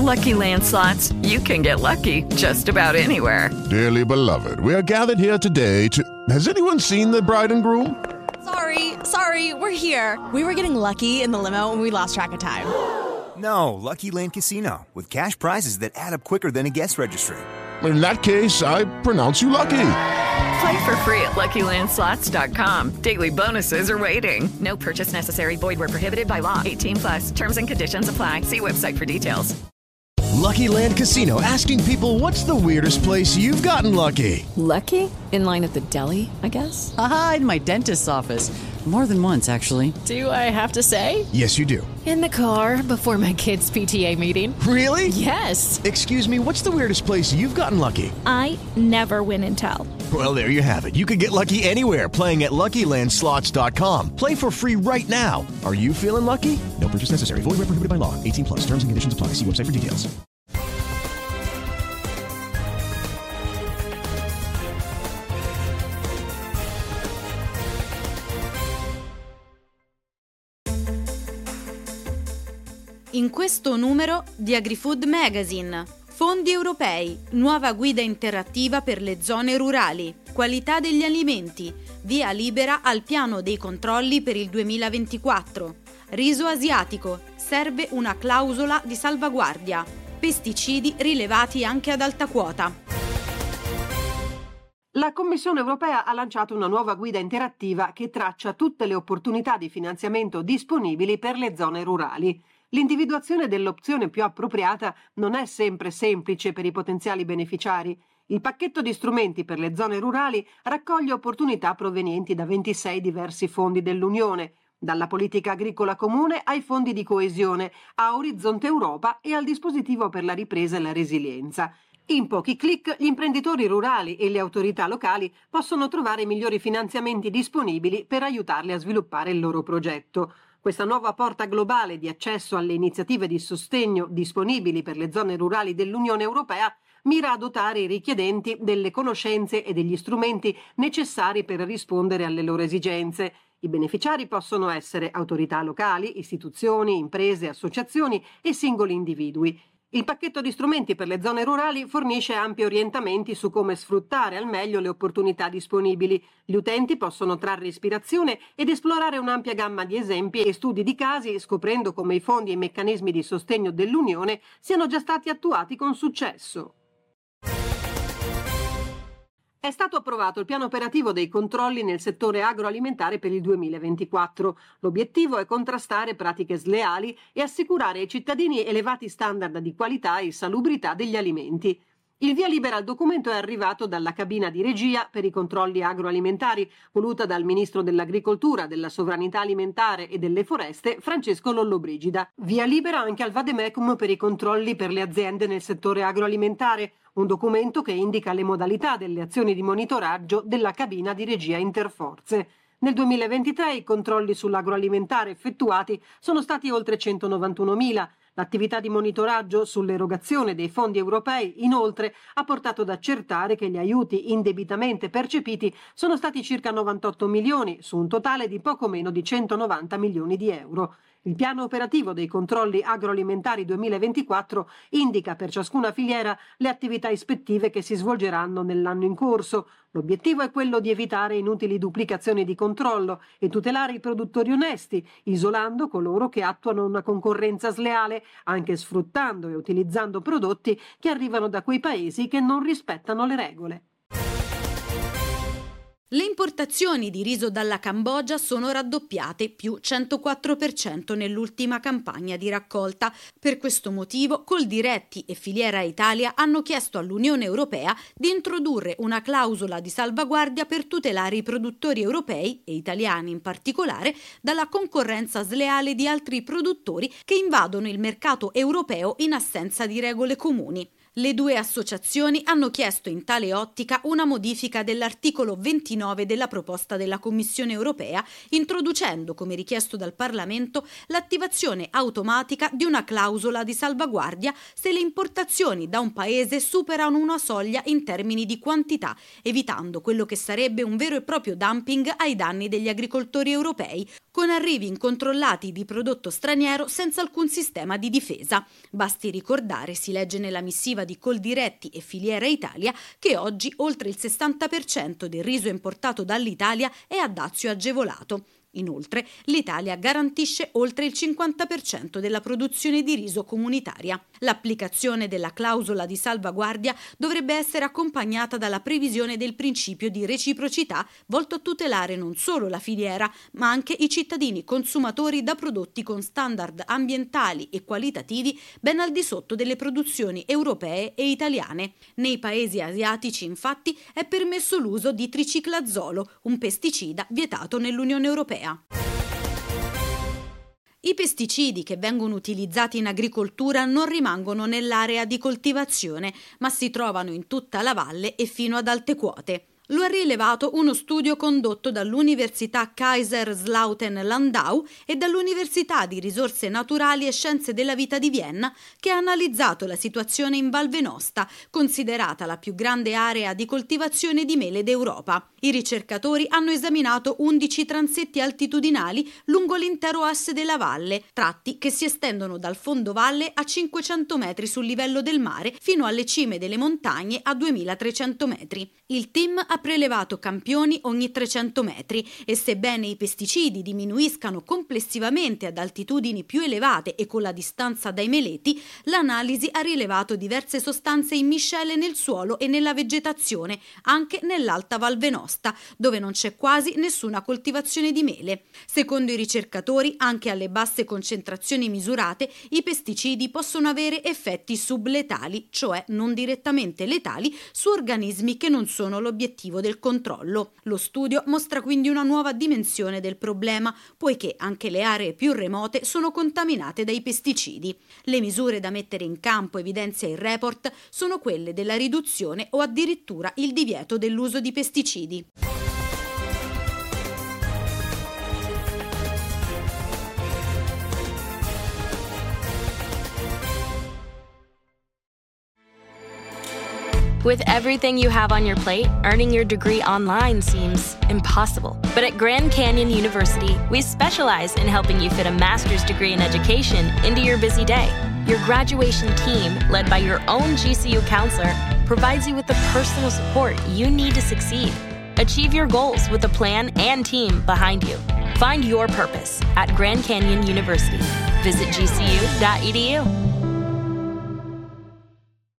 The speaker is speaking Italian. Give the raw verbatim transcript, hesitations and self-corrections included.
Lucky Land Slots, you can get lucky just about anywhere. Dearly beloved, we are gathered here today to... Has anyone seen the bride and groom? Sorry, sorry, we're here. We were getting lucky in the limo and we lost track of time. No, Lucky Land Casino, with cash prizes that add up quicker than a guest registry. In that case, I pronounce you lucky. Play for free at Lucky Land Slots dot com. Daily bonuses are waiting. No purchase necessary. Void where prohibited by law. eighteen plus. Terms and conditions apply. See website for details. Lucky Land Casino, asking people, what's the weirdest place you've gotten lucky? Lucky? In line at the deli, I guess? Aha, in my dentist's office. More than once, actually. Do I have to say? Yes, you do. In the car before my kids' P T A meeting. Really? Yes. Excuse me, what's the weirdest place you've gotten lucky? I never win and tell. Well, there you have it. You can get lucky anywhere, playing at Lucky Land Slots dot com. Play for free right now. Are you feeling lucky? No purchase necessary. Void where prohibited by law. eighteen plus. Terms and conditions apply. See website for details. In questo numero di AgriFood Magazine, fondi europei, nuova guida interattiva per le zone rurali, qualità degli alimenti, via libera al piano dei controlli per il duemilaventiquattro, riso asiatico, serve una clausola di salvaguardia, pesticidi rilevati anche ad alta quota. La Commissione europea ha lanciato una nuova guida interattiva che traccia tutte le opportunità di finanziamento disponibili per le zone rurali. L'individuazione dell'opzione più appropriata non è sempre semplice per i potenziali beneficiari. Il pacchetto di strumenti per le zone rurali raccoglie opportunità provenienti da ventisei diversi fondi dell'Unione, dalla politica agricola comune ai fondi di coesione, a Orizzonte Europa e al dispositivo per la ripresa e la resilienza. In pochi clic gli imprenditori rurali e le autorità locali possono trovare i migliori finanziamenti disponibili per aiutarli a sviluppare il loro progetto. Questa nuova porta globale di accesso alle iniziative di sostegno disponibili per le zone rurali dell'Unione Europea mira a dotare i richiedenti delle conoscenze e degli strumenti necessari per rispondere alle loro esigenze. I beneficiari possono essere autorità locali, istituzioni, imprese, associazioni e singoli individui. Il pacchetto di strumenti per le zone rurali fornisce ampi orientamenti su come sfruttare al meglio le opportunità disponibili. Gli utenti possono trarre ispirazione ed esplorare un'ampia gamma di esempi e studi di casi, scoprendo come i fondi e i meccanismi di sostegno dell'Unione siano già stati attuati con successo. È stato approvato il piano operativo dei controlli nel settore agroalimentare per il duemilaventiquattro. L'obiettivo è contrastare pratiche sleali e assicurare ai cittadini elevati standard di qualità e salubrità degli alimenti. Il via libera al documento è arrivato dalla cabina di regia per i controlli agroalimentari, voluta dal Ministro dell'Agricoltura, della Sovranità Alimentare e delle Foreste, Francesco Lollobrigida. Via libera anche al Vademecum per i controlli per le aziende nel settore agroalimentare, un documento che indica le modalità delle azioni di monitoraggio della cabina di regia interforze. Nel duemilaventitré i controlli sull'agroalimentare effettuati sono stati oltre centonovantunomila. L'attività di monitoraggio sull'erogazione dei fondi europei, inoltre, ha portato ad accertare che gli aiuti indebitamente percepiti sono stati circa novantotto milioni, su un totale di poco meno di centonovanta milioni di euro. Il piano operativo dei controlli agroalimentari duemilaventiquattro indica per ciascuna filiera le attività ispettive che si svolgeranno nell'anno in corso. L'obiettivo è quello di evitare inutili duplicazioni di controllo e tutelare i produttori onesti, isolando coloro che attuano una concorrenza sleale, anche sfruttando e utilizzando prodotti che arrivano da quei paesi che non rispettano le regole. Le importazioni di riso dalla Cambogia sono raddoppiate, più centoquattro per cento nell'ultima campagna di raccolta. Per questo motivo, Coldiretti e Filiera Italia hanno chiesto all'Unione Europea di introdurre una clausola di salvaguardia per tutelare i produttori europei, e italiani in particolare, dalla concorrenza sleale di altri produttori che invadono il mercato europeo in assenza di regole comuni. Le due associazioni hanno chiesto in tale ottica una modifica dell'articolo ventinove della proposta della Commissione europea, introducendo, come richiesto dal Parlamento, l'attivazione automatica di una clausola di salvaguardia se le importazioni da un paese superano una soglia in termini di quantità, evitando quello che sarebbe un vero e proprio dumping ai danni degli agricoltori europei, con arrivi incontrollati di prodotto straniero senza alcun sistema di difesa. Basti ricordare, si legge nella missiva di Coldiretti e Filiera Italia, che oggi oltre il sessanta per cento del riso importato dall'Italia è a dazio agevolato. Inoltre, l'Italia garantisce oltre il cinquanta per cento della produzione di riso comunitaria. L'applicazione della clausola di salvaguardia dovrebbe essere accompagnata dalla previsione del principio di reciprocità, volto a tutelare non solo la filiera, ma anche i cittadini consumatori da prodotti con standard ambientali e qualitativi ben al di sotto delle produzioni europee e italiane. Nei paesi asiatici, infatti, è permesso l'uso di triciclazolo, un pesticida vietato nell'Unione Europea. I pesticidi che vengono utilizzati in agricoltura non rimangono nell'area di coltivazione, ma si trovano in tutta la valle e fino ad alte quote. Lo ha rilevato uno studio condotto dall'Università Kaiserslautern-Landau e dall'Università di Risorse Naturali e Scienze della Vita di Vienna, che ha analizzato la situazione in Val Venosta, considerata la più grande area di coltivazione di mele d'Europa. I ricercatori hanno esaminato undici transetti altitudinali lungo l'intero asse della valle, tratti che si estendono dal fondovalle a cinquecento metri sul livello del mare fino alle cime delle montagne a duemilatrecento metri. Il team ha prelevato campioni ogni trecento metri e sebbene i pesticidi diminuiscano complessivamente ad altitudini più elevate e con la distanza dai meleti, l'analisi ha rilevato diverse sostanze in miscele nel suolo e nella vegetazione, anche nell'Alta Val Venosta, dove non c'è quasi nessuna coltivazione di mele. Secondo i ricercatori, anche alle basse concentrazioni misurate, i pesticidi possono avere effetti subletali, cioè non direttamente letali, su organismi che non sono l'obiettivo del controllo. Lo studio mostra quindi una nuova dimensione del problema, poiché anche le aree più remote sono contaminate dai pesticidi. Le misure da mettere in campo, evidenzia il report, sono quelle della riduzione o addirittura il divieto dell'uso di pesticidi. With everything you have on your plate, earning your degree online seems impossible. But at Grand Canyon University, we specialize in helping you fit a master's degree in education into your busy day. Your graduation team, led by your own G C U counselor, provides you with the personal support you need to succeed. Achieve your goals with a plan and team behind you. Find your purpose at Grand Canyon University. Visit G C U dot E D U.